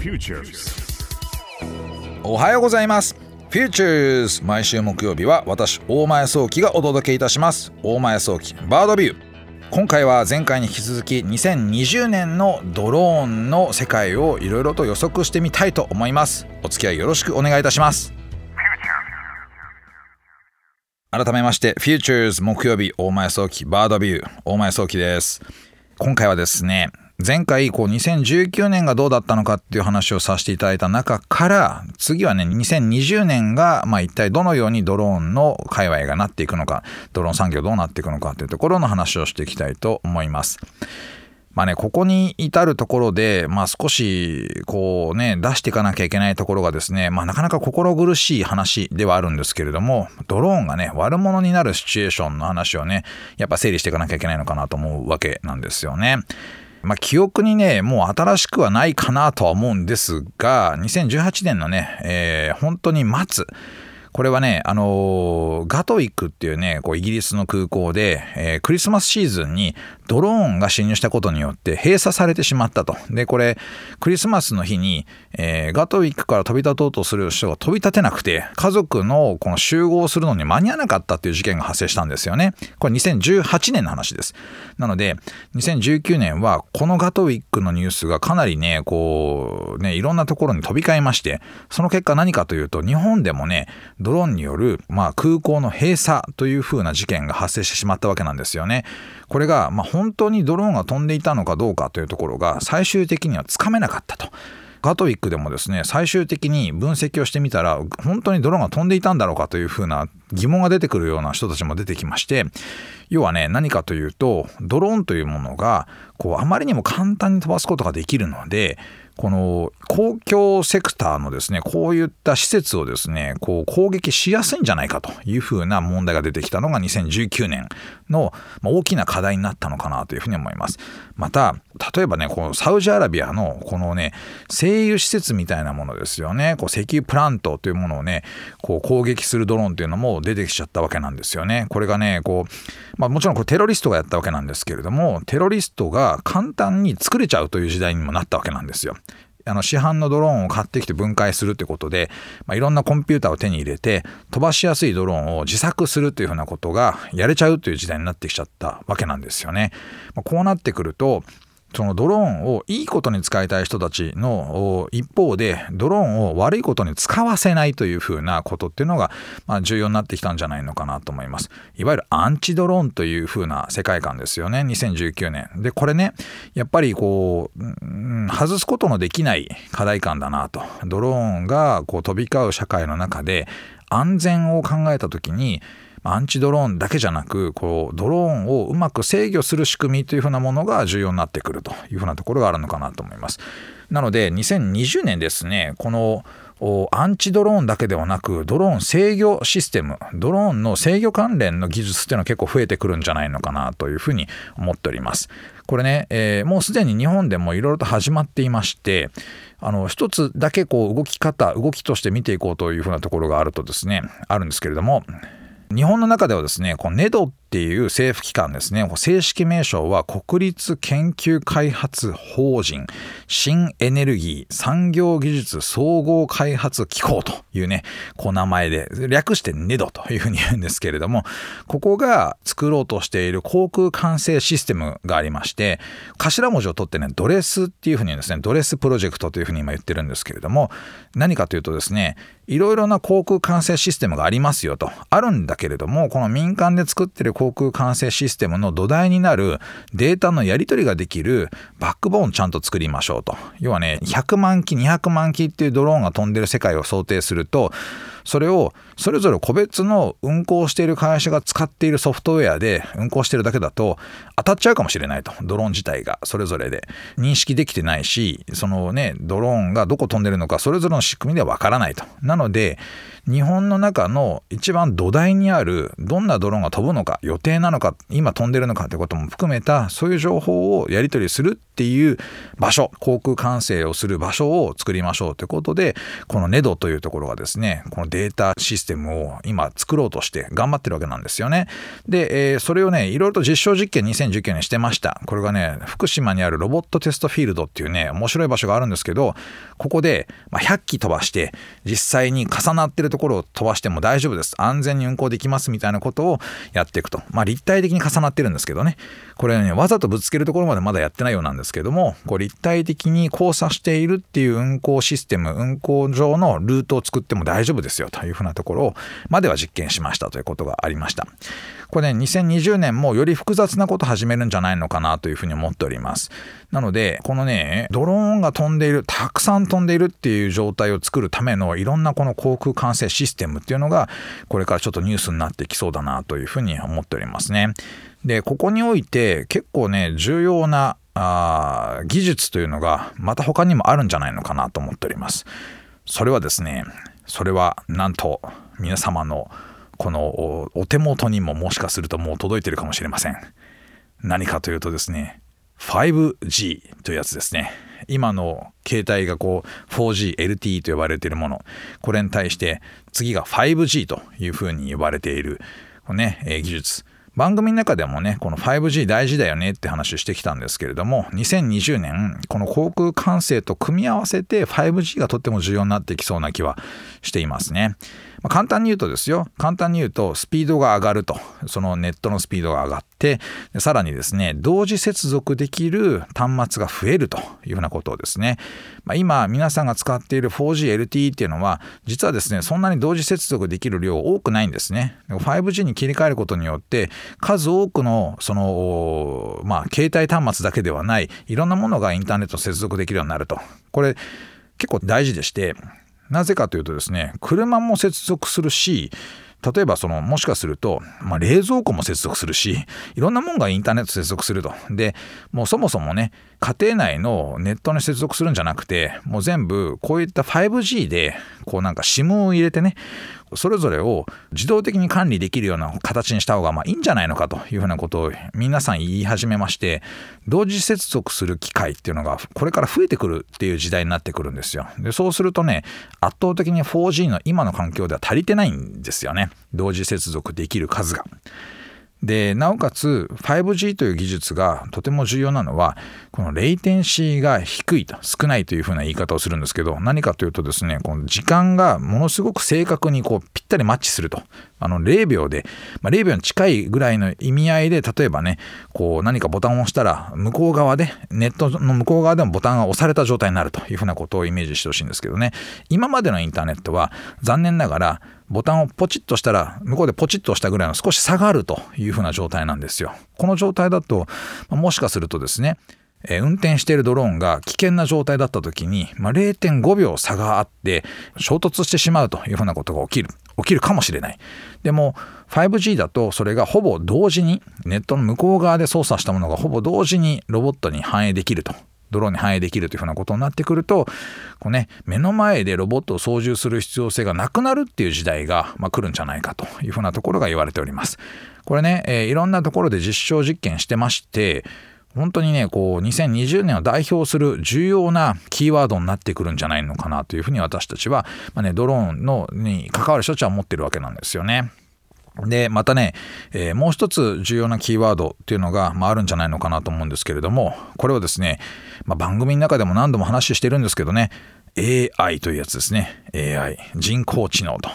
おはようございます。フューチャーズ、毎週木曜日は私大前早期がお届けいたします。大前早期バードビュー。今回は前回に引き続き2020年のドローンの世界をいろいろと予測してみたいと思います。お付き合いよろしくお願いいたします。改めましてフューチャーズ木曜日大前早期バードビュー、大前早期です。今回はですね、前回2019年がどうだったのかっていう話をさせていただいた中から、次はね2020年が一体どのようにドローンの界隈がなっていくのか、ドローン産業どうなっていくのかっていうところの話をしていきたいと思います。ここに至るところで、少し出していかなきゃいけないところがですね、なかなか心苦しい話ではあるんですけれども、ドローンがね悪者になるシチュエーションの話をねやっぱ整理していかなきゃいけないのかなと思うわけなんですよね。記憶にねもう新しくはないかなとは思うんですが、2018年のね、本当に末、これはねガトウィックっていうねイギリスの空港で、クリスマスシーズンにドローンが侵入したことによって閉鎖されてしまったと。でこれクリスマスの日に、ガトウィックから飛び立とうとする人が飛び立てなくて、家族のこの集合するのに間に合わなかったっていう事件が発生したんですよね。これ2018年の話です。なので2019年はこのガトウィックのニュースがかなりねいろんなところに飛び交いまして、その結果何かというと、日本でもねドローンによる、空港の閉鎖という風な事件が発生してしまったわけなんですよね。これが、本当にドローンが飛んでいたのかどうかというところが最終的にはつかめなかったと。ガトウィックでもですね、最終的に分析をしてみたら、本当にドローンが飛んでいたんだろうかという風な疑問が出てくるような人たちも出てきまして、要はね何かというと、ドローンというものがあまりにも簡単に飛ばすことができるので、この公共セクターのですねこういった施設をですね攻撃しやすいんじゃないかというふうな問題が出てきたのが2019年の大きな課題になったのかなというふうに思います。また例えばねサウジアラビアの製油施設みたいなものですよね。石油プラントというものをね攻撃するドローンというのも出てきちゃったわけなんですよね。これがねもちろんテロリストがやったわけなんですけれども、テロリストが簡単に作れちゃうという時代にもなったわけなんですよ。市販のドローンを買ってきて分解するということで、いろんなコンピューターを手に入れて飛ばしやすいドローンを自作するというふうなことがやれちゃうという時代になってきちゃったわけなんですよね。こうなってくると、そのドローンをいいことに使いたい人たちの一方で、ドローンを悪いことに使わせないというふうなことっていうのが重要になってきたんじゃないのかなと思います。いわゆるアンチドローンというふうな世界観ですよね、2019年で。これねやっぱり外すことのできない課題感だなと。ドローンが飛び交う社会の中で安全を考えた時に、アンチドローンだけじゃなくドローンをうまく制御する仕組みというふうなものが重要になってくるというふうなところがあるのかなと思います。なので2020年ですね、このアンチドローンだけではなくドローン制御システム、ドローンの制御関連の技術っていうのは結構増えてくるんじゃないのかなというふうに思っております。これね、もうすでに日本でもいろいろと始まっていまして、一つだけ動きとして見ていこうというふうなところがあるとですね、あるんですけれども、日本の中ではですねNEDOっていう政府機関ですね、正式名称は国立研究開発法人新エネルギー産業技術総合開発機構というね名前で、略してNEDOというふうに言うんですけれども、ここが作ろうとしている航空管制システムがありまして、頭文字を取ってねドレスっていうふうに言うんですね。ドレスプロジェクトというふうに今言ってるんですけれども、何かというとですね、いろいろな航空管制システムがありますよと、あるんだけれども、この民間で作ってる航空管制システムの土台になるデータのやり取りができるバックボーンちゃんと作りましょうと。要はね100万機200万機っていうドローンが飛んでる世界を想定すると、それをそれぞれ個別の運航している会社が使っているソフトウェアで運航しているだけだと当たっちゃうかもしれないと。ドローン自体がそれぞれで認識できてないし、ドローンがどこ飛んでるのかそれぞれの仕組みではわからないと。なので日本の中の一番土台にあるどんなドローンが飛ぶのか、予定なのか、今飛んでるのかということも含めたそういう情報をやり取りするっていう場所、航空管制をする場所を作りましょうということで、このNEDOというところがですね、このデデータシステムを今作ろうとして頑張ってるわけなんですよね。で、それをねいろいろと実証実験2019年してました。これがね福島にあるロボットテストフィールドっていうね面白い場所があるんですけど、ここで100機飛ばして実際に重なってるところを飛ばしても大丈夫です、安全に運航できますみたいなことをやっていくと。立体的に重なってるんですけどね、これねわざとぶつけるところまでまだやってないようなんですけども、こう立体的に交差しているっていう運航システム、運航上のルートを作っても大丈夫ですよというふうなところまでは実験しましたということがありました。これね2020年もより複雑なこと始めるんじゃないのかなというふうに思っております。なのでこのねドローンが飛んでいる、たくさん飛んでいるっていう状態を作るためのいろんなこの航空管制システムっていうのがこれからちょっとニュースになってきそうだなというふうに思っておりますね。でここにおいて結構ね重要な技術というのがまた他にもあるんじゃないのかなと思っております。それはですね、それはなんと皆様のこのお手元にももしかするともう届いているかもしれません。何かというとですね 5G というやつですね。今の携帯がこう 4G、LTE と呼ばれているもの、これに対して次が 5G というふうに呼ばれているこのね、技術、番組の中でもねこの 5G 大事だよねって話してきたんですけれども、2020年この航空管制と組み合わせて 5G がとっても重要になってきそうな気はしていますね。簡単に言うとですよ、簡単に言うとスピードが上がると、そのネットのスピードが上がって、さらにですね同時接続できる端末が増えるというふうなことをですね、今皆さんが使っている 4G、LTE っていうのは実はですねそんなに同時接続できる量多くないんですね。5G に切り替えることによって数多くのその携帯端末だけではないいろんなものがインターネット接続できるようになると。これ結構大事でして、なぜかというとですね車も接続するし、例えばもしかすると、冷蔵庫も接続するし、いろんなものがインターネット接続すると。でもうそもそもね家庭内のネットに接続するんじゃなくて、もう全部こういった 5G でこうなんか SIM を入れてね、それぞれを自動的に管理できるような形にした方がいいんじゃないのかというふうなことを皆さん言い始めまして、同時接続する機会っていうのがこれから増えてくるっていう時代になってくるんですよ。でそうするとね圧倒的に 4G の今の環境では足りてないんですよね、同時接続できる数が。でなおかつ 5G という技術がとても重要なのはこのレイテンシーが低いと、少ないというふうな言い方をするんですけど、何かというとですねこの時間がものすごく正確にこうぴったりマッチすると。0秒で、0秒に近いぐらいの意味合いで、例えばねこう何かボタンを押したら向こう側でネットの向こう側でもボタンが押された状態になるというふうなことをイメージしてほしいんですけどね、今までのインターネットは残念ながらボタンをポチッとしたら向こうでポチッと押したぐらいの少し差があるというふうな状態なんですよ。この状態だともしかするとですね運転しているドローンが危険な状態だった時に、0.5 秒差があって衝突してしまうというふうなことが起きるかもしれない。でも 5G だとそれがほぼ同時にネットの向こう側で操作したものがほぼ同時にロボットに反映できると、ドローンに反映できるというふうなことになってくるとこう、目の前でロボットを操縦する必要性がなくなるっていう時代が、来るんじゃないかというふうなところが言われております。これね、いろんなところで実証実験してまして、本当にねこう2020年を代表する重要なキーワードになってくるんじゃないのかなというふうに私たちは、ドローンに関わる人たちは思ってるわけなんですよね。でまたね、もう一つ重要なキーワードっていうのが、あるんじゃないのかなと思うんですけれども、これをですね、番組の中でも何度も話してるんですけどね AI というやつですね。 AI 人工知能と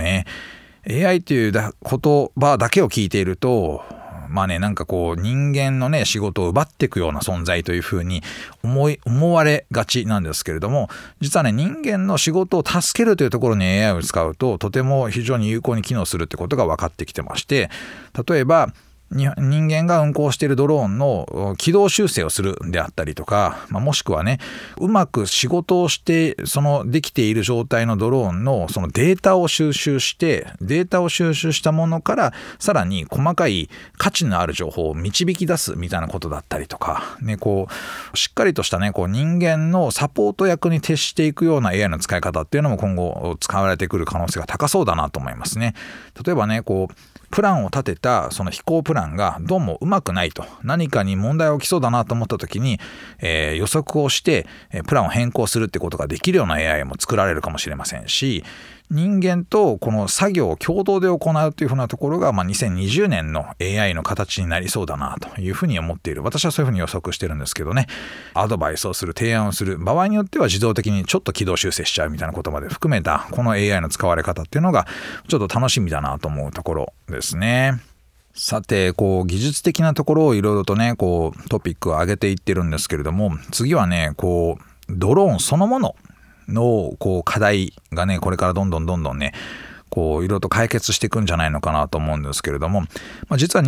AI という言葉だけを聞いているとなんかこう人間のね仕事を奪っていくような存在というふうに思われがちなんですけれども、実はね人間の仕事を助けるというところに AI を使うととても非常に有効に機能するってことが分かってきてまして、例えば人間が運行しているドローンの軌道修正をするであったりとか、もしくはねうまく仕事をしてできている状態のドローンのそのデータを収集したものからさらに細かい価値のある情報を導き出すみたいなことだったりとかね、こうしっかりとしたねこう人間のサポート役に徹していくような AI の使い方っていうのも今後使われてくる可能性が高そうだなと思いますね。例えばねこうプランを立てたその飛行プランがどうもうまくないと、何かに問題が起きそうだなと思った時に、予測をしてプランを変更するってことができるような AI も作られるかもしれませんし、 人間とこの作業を共同で行うというふうなところが、2020年の AI の形になりそうだなというふうに思っている。私はそういうふうに予測してるんですけどね。アドバイスをする、提案をする、場合によっては自動的にちょっと軌道修正しちゃうみたいなことまで含めたこの AI の使われ方っていうのがちょっと楽しみだなと思うところですね。さて、技術的なところをいろいろとね、トピックを上げていってるんですけれども、次はね、ドローンそのものの課題がね、これからどんどんね、いろいろと解決していくんじゃないのかなと思うんですけれども、実は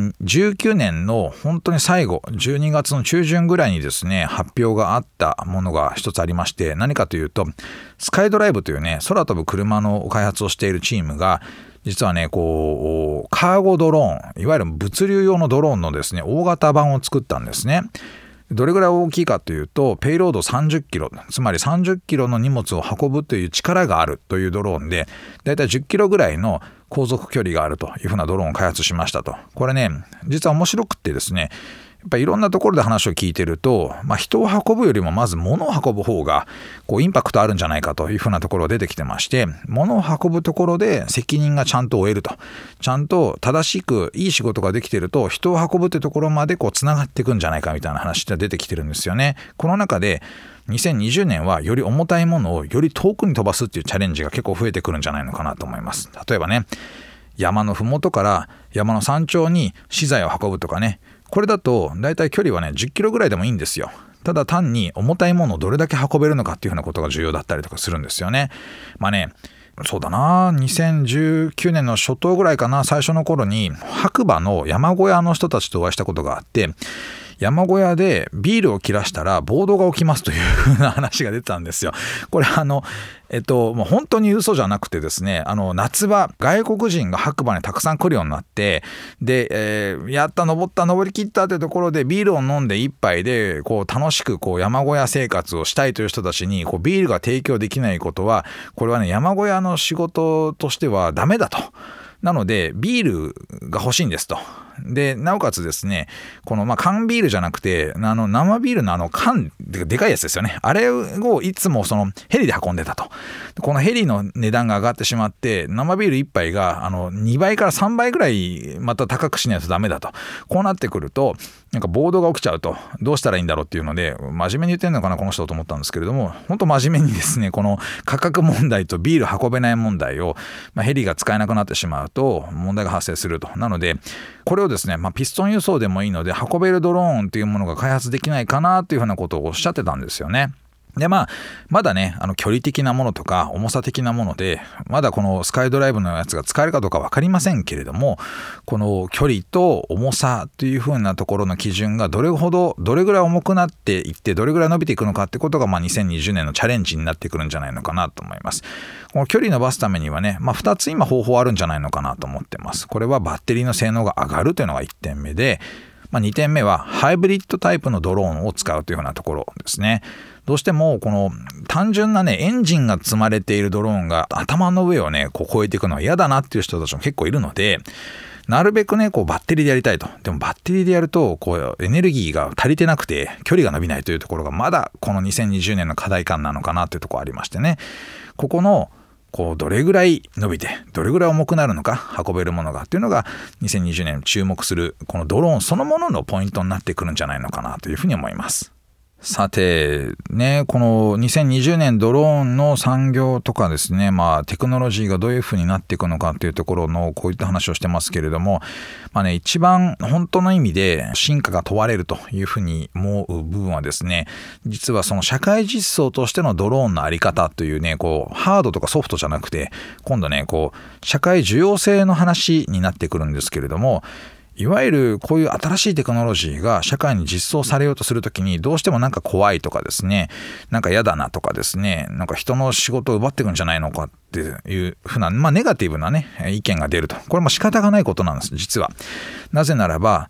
2019年の本当に最後、12月の中旬ぐらいにですね、発表があったものが一つありまして、何かというと、スカイドライブというね、空飛ぶ車の開発をしているチームが、実はね、カーゴドローン、いわゆる物流用のドローンのですね、大型版を作ったんですね。どれぐらい大きいかというと、ペイロード30キロ、つまり30キロの荷物を運ぶという力があるというドローンで、だいたい10キロぐらいの航続距離があるというふうなドローンを開発しましたと。これね、実は面白くってですね、やっぱいろんなところで話を聞いてると、人を運ぶよりもまず物を運ぶ方がインパクトあるんじゃないかというふうなところが出てきてまして、物を運ぶところで責任がちゃんと負えると、ちゃんと正しくいい仕事ができてると、人を運ぶってところまでつながっていくんじゃないかみたいな話が出てきてるんですよね。この中で2020年はより重たいものをより遠くに飛ばすっていうチャレンジが結構増えてくるんじゃないのかなと思います。例えばね、山のふもとから山の山頂に資材を運ぶとかね、これだとだいたい距離はね10キロぐらいでもいいんですよ。ただ単に重たいものをどれだけ運べるのかっていうふうなことが重要だったりとかするんですよね。そうだな、2019年の初頭ぐらいかな、最初の頃に白馬の山小屋の人たちとお会いしたことがあって、山小屋でビールを切らしたら暴動が起きますというふうな話が出てたんですよ。これもう本当に嘘じゃなくてですね、夏場外国人が白馬にたくさん来るようになって、で、やった登り切ったというところでビールを飲んで一杯で楽しく山小屋生活をしたいという人たちにビールが提供できないことは、これはね山小屋の仕事としてはダメだと。なのでビールが欲しいんですと。でなおかつですね、缶ビールじゃなくて生ビールの缶でかいやつですよね。あれをいつもヘリで運んでたと。このヘリの値段が上がってしまって、生ビール1杯が2倍から3倍ぐらいまた高くしないとダメだと。こうなってくると暴動が起きちゃうと、どうしたらいいんだろうっていうので、真面目に言ってんのかなこの人と思ったんですけれども、本当真面目にですね、この価格問題とビール運べない問題を、ヘリが使えなくなってしまうと問題が発生すると。なのでこれをですね、ピストン輸送でもいいので運べるドローンというものが開発できないかなというふうなことをおっしゃってたんですよね。でまだね距離的なものとか重さ的なものでまだこのスカイドライブのやつが使えるかどうか分かりませんけれども、この距離と重さというふうなところの基準がどれぐらい重くなっていってどれぐらい伸びていくのかってことが2020年のチャレンジになってくるんじゃないのかなと思います。この距離伸ばすためにはね、2つ今方法あるんじゃないのかなと思ってます。これはバッテリーの性能が上がるというのが1点目で、2点目はハイブリッドタイプのドローンを使うというようなところですね。どうしてもこの単純なねエンジンが積まれているドローンが頭の上をね越えていくのは嫌だなっていう人たちも結構いるので、なるべくねバッテリーでやりたいと。でもバッテリーでやるとエネルギーが足りてなくて距離が伸びないというところがまだこの2020年の課題感なのかなというところありましてね、ここのどれぐらい伸びてどれぐらい重くなるのか運べるものがっていうのが2020年注目するこのドローンそのもののポイントになってくるんじゃないのかなというふうに思います。さてね、この2020年ドローンの産業とかですね、テクノロジーがどういうふうになっていくのかっていうところのこういった話をしてますけれども、一番本当の意味で進化が問われるというふうに思う部分はですね、実はその社会実装としてのドローンのあり方というね、ハードとかソフトじゃなくて今度ね社会需要性の話になってくるんですけれども、いわゆるこういう新しいテクノロジーが社会に実装されようとするときにどうしても怖いとかですね、嫌だなとかですね、人の仕事を奪っていくんじゃないのかっていうふうな、ネガティブなね意見が出ると。これも仕方がないことなんです実は。なぜならば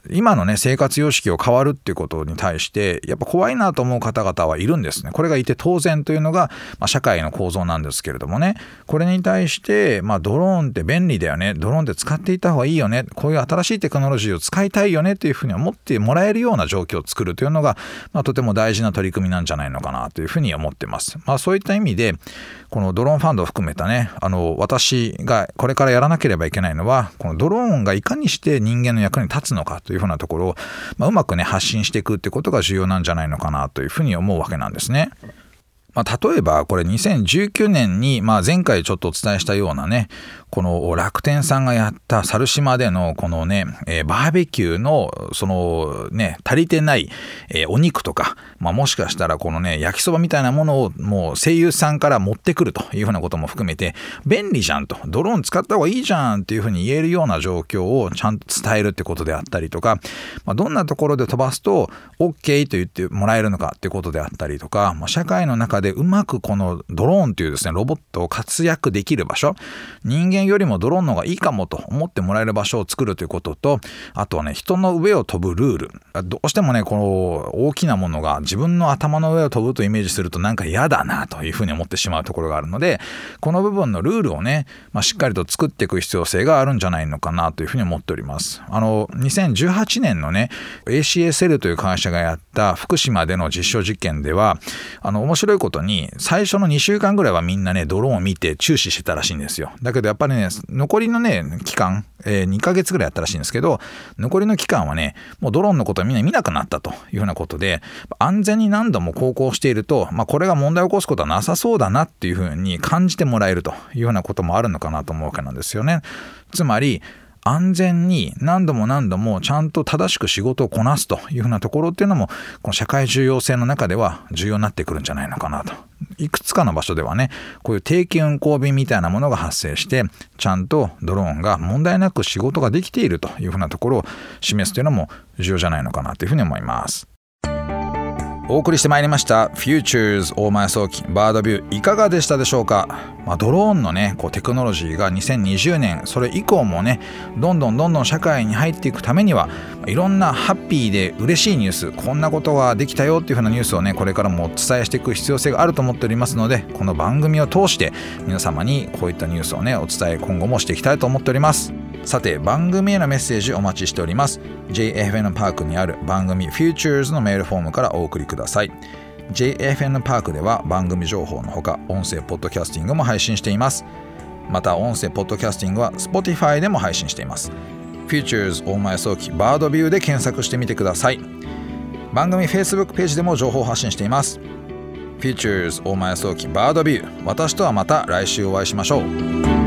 今のね生活様式を変わるっていうことに対してやっぱ怖いなと思う方々はいるんですね。これがいて当然というのが、社会の構造なんですけれどもね、これに対して、ドローンって便利だよね、ドローンって使っていた方がいいよね、こういう新しいテクノロジーを使いたいよねっていうふうに思ってもらえるような状況を作るというのが、とても大事な取り組みなんじゃないのかなというふうに思ってます。そういった意味でこのドローンファンドを含めたね、私がこれからやらなければいけないのは、このドローンがいかにして人間の役に立つのかというふうなところを、うまくね発信していくってことが重要なんじゃないのかなというふうに思うわけなんですね。例えばこれ2019年に、前回ちょっとお伝えしたようなね、この楽天さんがやった猿島でのこのね、バーベキューのそのね足りてない、お肉とか、もしかしたらこのね焼きそばみたいなものをもう声優さんから持ってくるというふうなことも含めて、便利じゃんと、ドローン使った方がいいじゃんっていうふうに言えるような状況をちゃんと伝えるってことであったりとか、どんなところで飛ばすと OK と言ってもらえるのかっていうことであったりとか、社会の中でうまくこのドローンというですねロボットを活躍できる場所、人間よりもドローンの方がいいかもと思ってもらえる場所を作るということと、あとはね人の上を飛ぶルール、どうしてもねこの大きなものが自分の頭の上を飛ぶとイメージするとなんか嫌だなというふうに思ってしまうところがあるので、この部分のルールをね、しっかりと作っていく必要性があるんじゃないのかなというふうに思っております。2018年のね ACSL という会社がやった福島での実証実験では、面白いことに最初の2週間ぐらいはみんなねドローンを見て注視してたらしいんですよ。だけどやっぱりね残りのね期間、2ヶ月ぐらいやったらしいんですけど、残りの期間はねもうドローンのことはみんな見なくなったというふうなことで、安全に何度も航行していると、これが問題を起こすことはなさそうだなっていうふうに感じてもらえるというようなこともあるのかなと思うわけなんですよね。つまり安全に何度も何度もちゃんと正しく仕事をこなすというふうなところっていうのも、この社会重要性の中では重要になってくるんじゃないのかなと。いくつかの場所ではねこういう定期運行便みたいなものが発生して、ちゃんとドローンが問題なく仕事ができているというふうなところを示すというのも重要じゃないのかなというふうに思います。お送りしてまいりました Futures 大前早期バードビュー、いかがでしたでしょうか。ドローンのねテクノロジーが2020年それ以降もねどんどん社会に入っていくためには、いろんなハッピーで嬉しいニュース、こんなことができたよっていう風なニュースをねこれからもお伝えしていく必要性があると思っておりますので、この番組を通して皆様にこういったニュースをねお伝え今後もしていきたいと思っております。さて番組へのメッセージお待ちしております。 JFN パークにある番組 Futures のメールフォームからお送りください。 JFN パークでは番組情報のほか音声ポッドキャスティングも配信しています。また音声ポッドキャスティングは Spotify でも配信しています。 Futures 大前早期バードビューで検索してみてください。番組 Facebook ページでも情報発信しています。 Futures 大前早期バードビュー、私とはまた来週お会いしましょう。